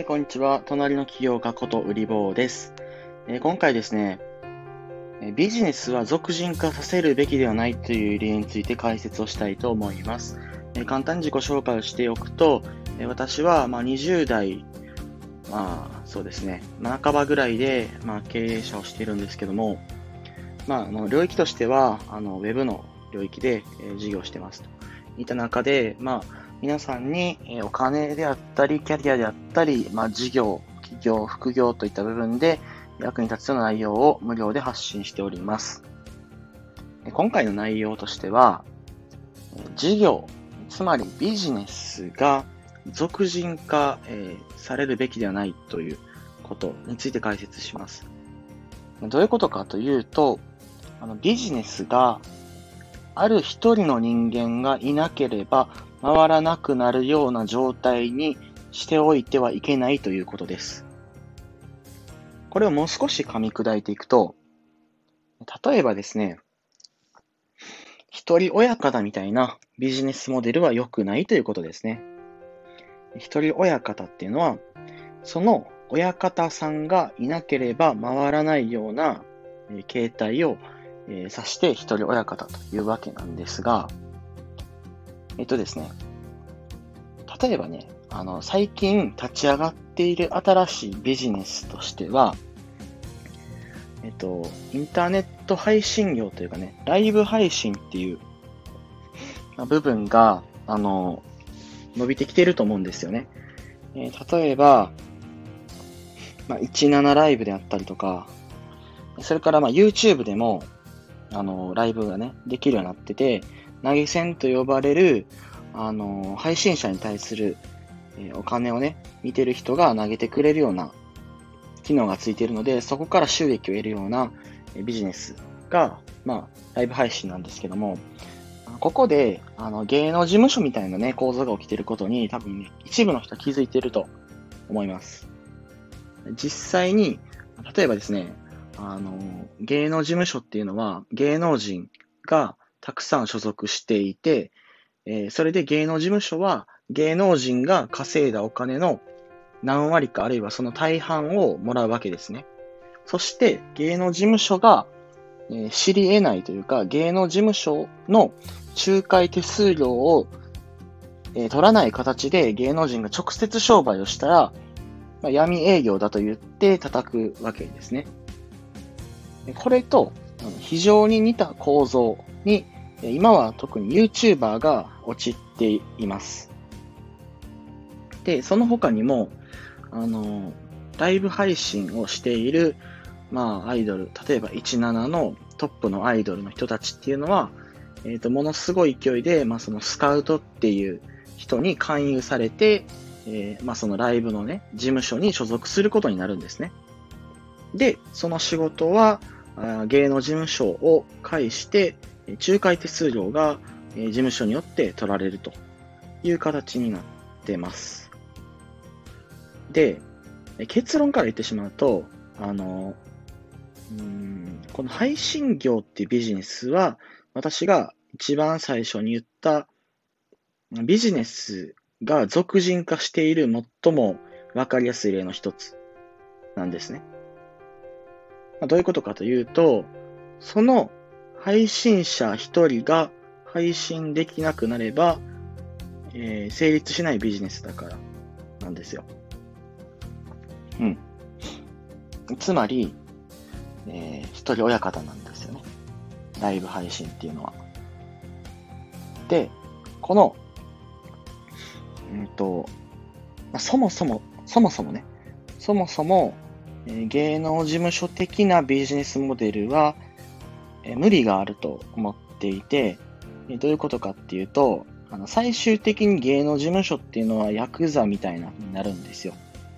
こんにちは。隣の起業家こと売り坊です。今回ですね、ビジネスは俗人化させるべきではないという理由について解説をしたいと思います。簡単に自己紹介をしておくと、私は20代、そうですね、半ばぐらいで、経営者をしているんですけども、領域としては、ウェブの領域で、事業をしてますといった中で、皆さんにお金であったり、キャリアであったり、事業、企業、副業といった部分で役に立つような内容を無料で発信しております。今回の内容としては、事業、つまりビジネスが俗人化されるべきではないということについて解説します。どういうことかというと、ビジネスがある一人の人間がいなければ回らなくなるような状態にしておいてはいけないということです。これをもう少し噛み砕いていくと、例えばですね、一人親方みたいなビジネスモデルは良くないということですね。一人親方っていうのは、その親方さんがいなければ回らないような形態を指して一人親方というわけなんですが、ですね、例えばね、最近立ち上がっている新しいビジネスとしては、インターネット配信業というかね、ライブ配信っていう部分が、伸びてきていると思うんですよね。例えば、17ライブであったりとか、それからYouTube でも、ライブがね、できるようになってて、投げ銭と呼ばれる、配信者に対する、お金をね、見てる人が投げてくれるような機能がついているので、そこから収益を得るようなビジネスが、ライブ配信なんですけども、ここで、芸能事務所みたいなね、構造が起きていることに、多分ね、一部の人は気づいていると思います。実際に、例えばですね、芸能事務所っていうのは、芸能人がたくさん所属していて、それで芸能事務所は、芸能人が稼いだお金の何割か、あるいはその大半をもらうわけですね。そして、芸能事務所が、知り得ないというか、芸能事務所の仲介手数料を、取らない形で芸能人が直接商売をしたら、闇営業だと言って叩くわけですね。これと非常に似た構造に、今は特に YouTuber が陥っています。で、その他にも、ライブ配信をしている、アイドル、例えば17のトップのアイドルの人たちっていうのは、ものすごい勢いで、そのスカウトっていう人に勧誘されて、そのライブのね、事務所に所属することになるんですね。で、その仕事は、芸能事務所を介して、仲介手数料が、事務所によって取られるという形になってます。で、結論から言ってしまうと、この配信業っていうビジネスは、私が一番最初に言ったビジネスが俗人化している最もわかりやすい例の一つなんですね。どういうことかというと、その配信者一人が配信できなくなれば、成立しないビジネスだからなんですよ。つまり、一人親方なんですよね。ライブ配信っていうのは。で、この、そもそも芸能事務所的なビジネスモデルは、無理があると思っていて、どういうことかっていうと、最終的に芸能事務所っていうのはヤクザみたいなになるんですよ。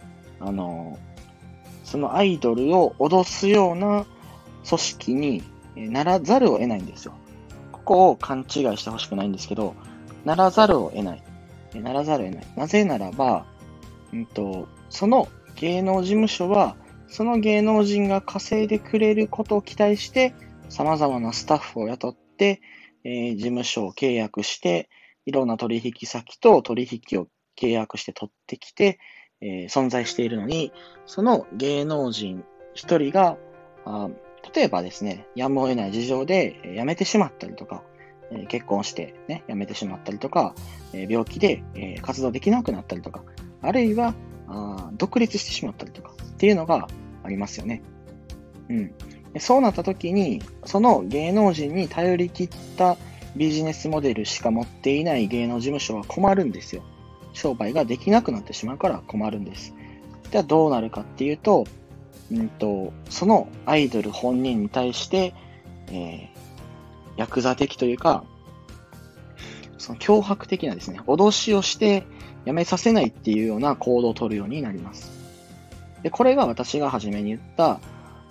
そのアイドルを脅すような組織にならざるを得ないんですよ。ここを勘違いしてほしくないんですけど、ならざるを得ない。なぜならば、その芸能事務所は、その芸能人が稼いでくれることを期待して、様々なスタッフを雇って、事務所を契約して、いろんな取引先と取引を契約して取ってきて、 存在しているのに、その芸能人一人が、例えばですね、やむを得ない事情で辞めてしまったりとか、結婚してね、辞めてしまったりとか、病気で活動できなくなったりとか、あるいは独立してしまったりとかっていうのがありますよね。そうなった時に、その芸能人に頼り切ったビジネスモデルしか持っていない芸能事務所は困るんですよ。商売ができなくなってしまうから困るんです。じゃあどうなるかっていうと、そのアイドル本人に対して、ヤクザ的というか、その脅迫的なですね、脅しをして辞めさせないっていうような行動を取るようになります。で、これが私が初めに言った、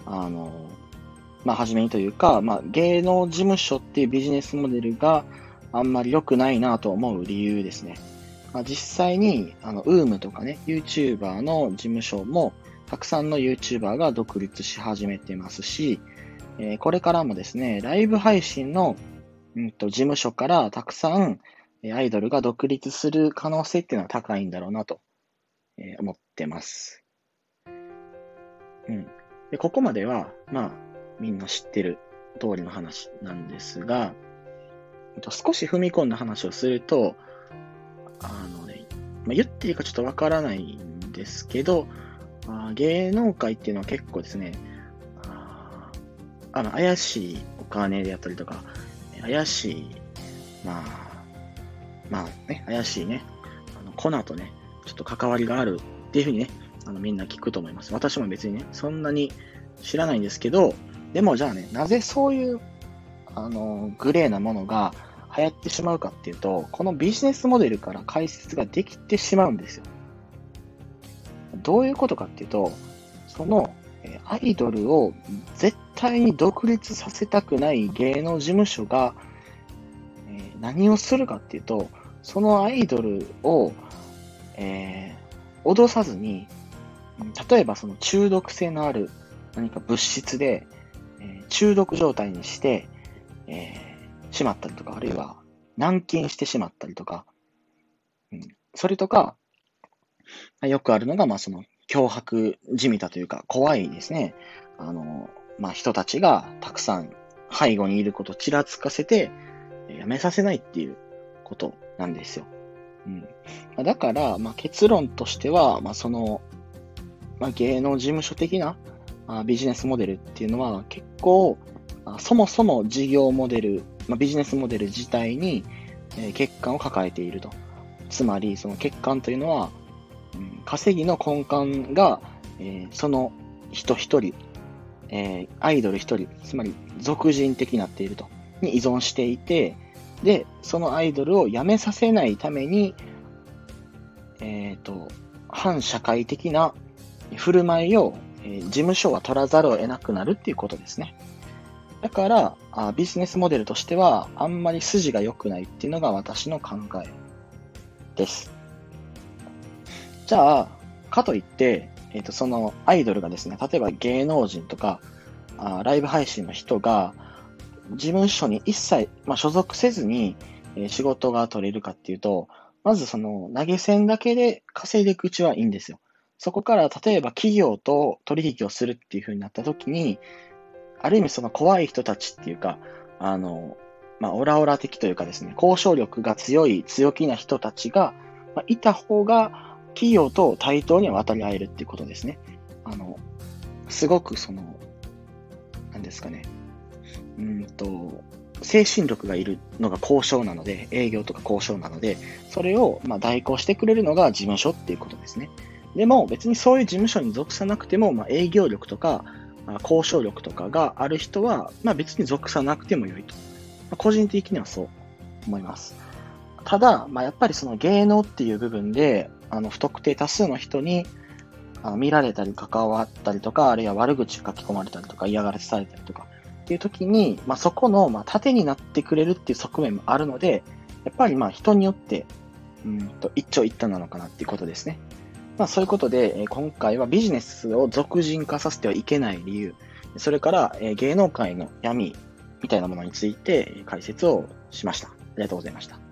初めにというか、芸能事務所っていうビジネスモデルがあんまり良くないなと思う理由ですね。実際に、UM とかね、YouTuber の事務所も、たくさんの YouTuber が独立し始めてますし、これからもですね、ライブ配信の、事務所からたくさんアイドルが独立する可能性っていうのは高いんだろうなと、思ってます。で、ここまでは、みんな知ってる通りの話なんですが、少し踏み込んだ話をすると、言っていいかちょっとわからないんですけど、芸能界っていうのは結構ですね、怪しいお金であったりとか、怪しい、怪しいね、粉とね、ちょっと関わりがあるっていうふうにね、みんな聞くと思います。私も別にね、そんなに知らないんですけど、でもじゃあね、なぜそういう、グレーなものが流行ってしまうかっていうと、このビジネスモデルから解説ができてしまうんですよ。どういうことかっていうと、そのアイドルを絶対に独立させたくない芸能事務所が何をするかっていうと、そのアイドルを脅さずに、例えばその中毒性のある何か物質で中毒状態にしてしまったりとか、あるいは軟禁してしまったりとか、それとか、よくあるのが、その脅迫じみたというか、怖いですね。人たちがたくさん背後にいることをちらつかせて、やめさせないっていうことなんですよ。だから、結論としては、その、芸能事務所的なビジネスモデルっていうのは結構、そもそも事業モデル、ビジネスモデル自体に欠陥を抱えていると。つまり、その欠陥というのは、稼ぎの根幹が、その人一人、アイドル一人、つまり俗人的になっていると、に依存していて、で、そのアイドルを辞めさせないために、反社会的な振る舞いを、事務所は取らざるを得なくなるっていうことですね。だからビジネスモデルとしては、あんまり筋が良くないっていうのが私の考えです。じゃあ、かといって、そのアイドルがですね、例えば芸能人とか、ライブ配信の人が、事務所に一切、所属せずに、仕事が取れるかっていうと、まずその投げ銭だけで稼いでいくうちはいいんですよ。そこから例えば企業と取引をするっていう風になった時に、ある意味その怖い人たちっていうか、オラオラ的というかですね、交渉力が強気な人たちが、いた方が企業と対等には渡り合えるっていうことですね。すごくその、なんですかね、精神力がいるのが交渉なので、営業とか交渉なので、それを代行してくれるのが事務所っていうことですね。でも別にそういう事務所に属さなくても、営業力とか、交渉力とかがある人は、別に属さなくても良いと。個人的にはそう思います。ただ、やっぱりその芸能っていう部分で、不特定多数の人に見られたり関わったりとか、あるいは悪口書き込まれたりとか、嫌がらせされたりとかっていう時に、そこの盾になってくれるっていう側面もあるので、やっぱり人によって一長一短なのかなっていうことですね。そういうことで、今回はビジネスを俗人化させてはいけない理由、それから芸能界の闇みたいなものについて解説をしました。ありがとうございました。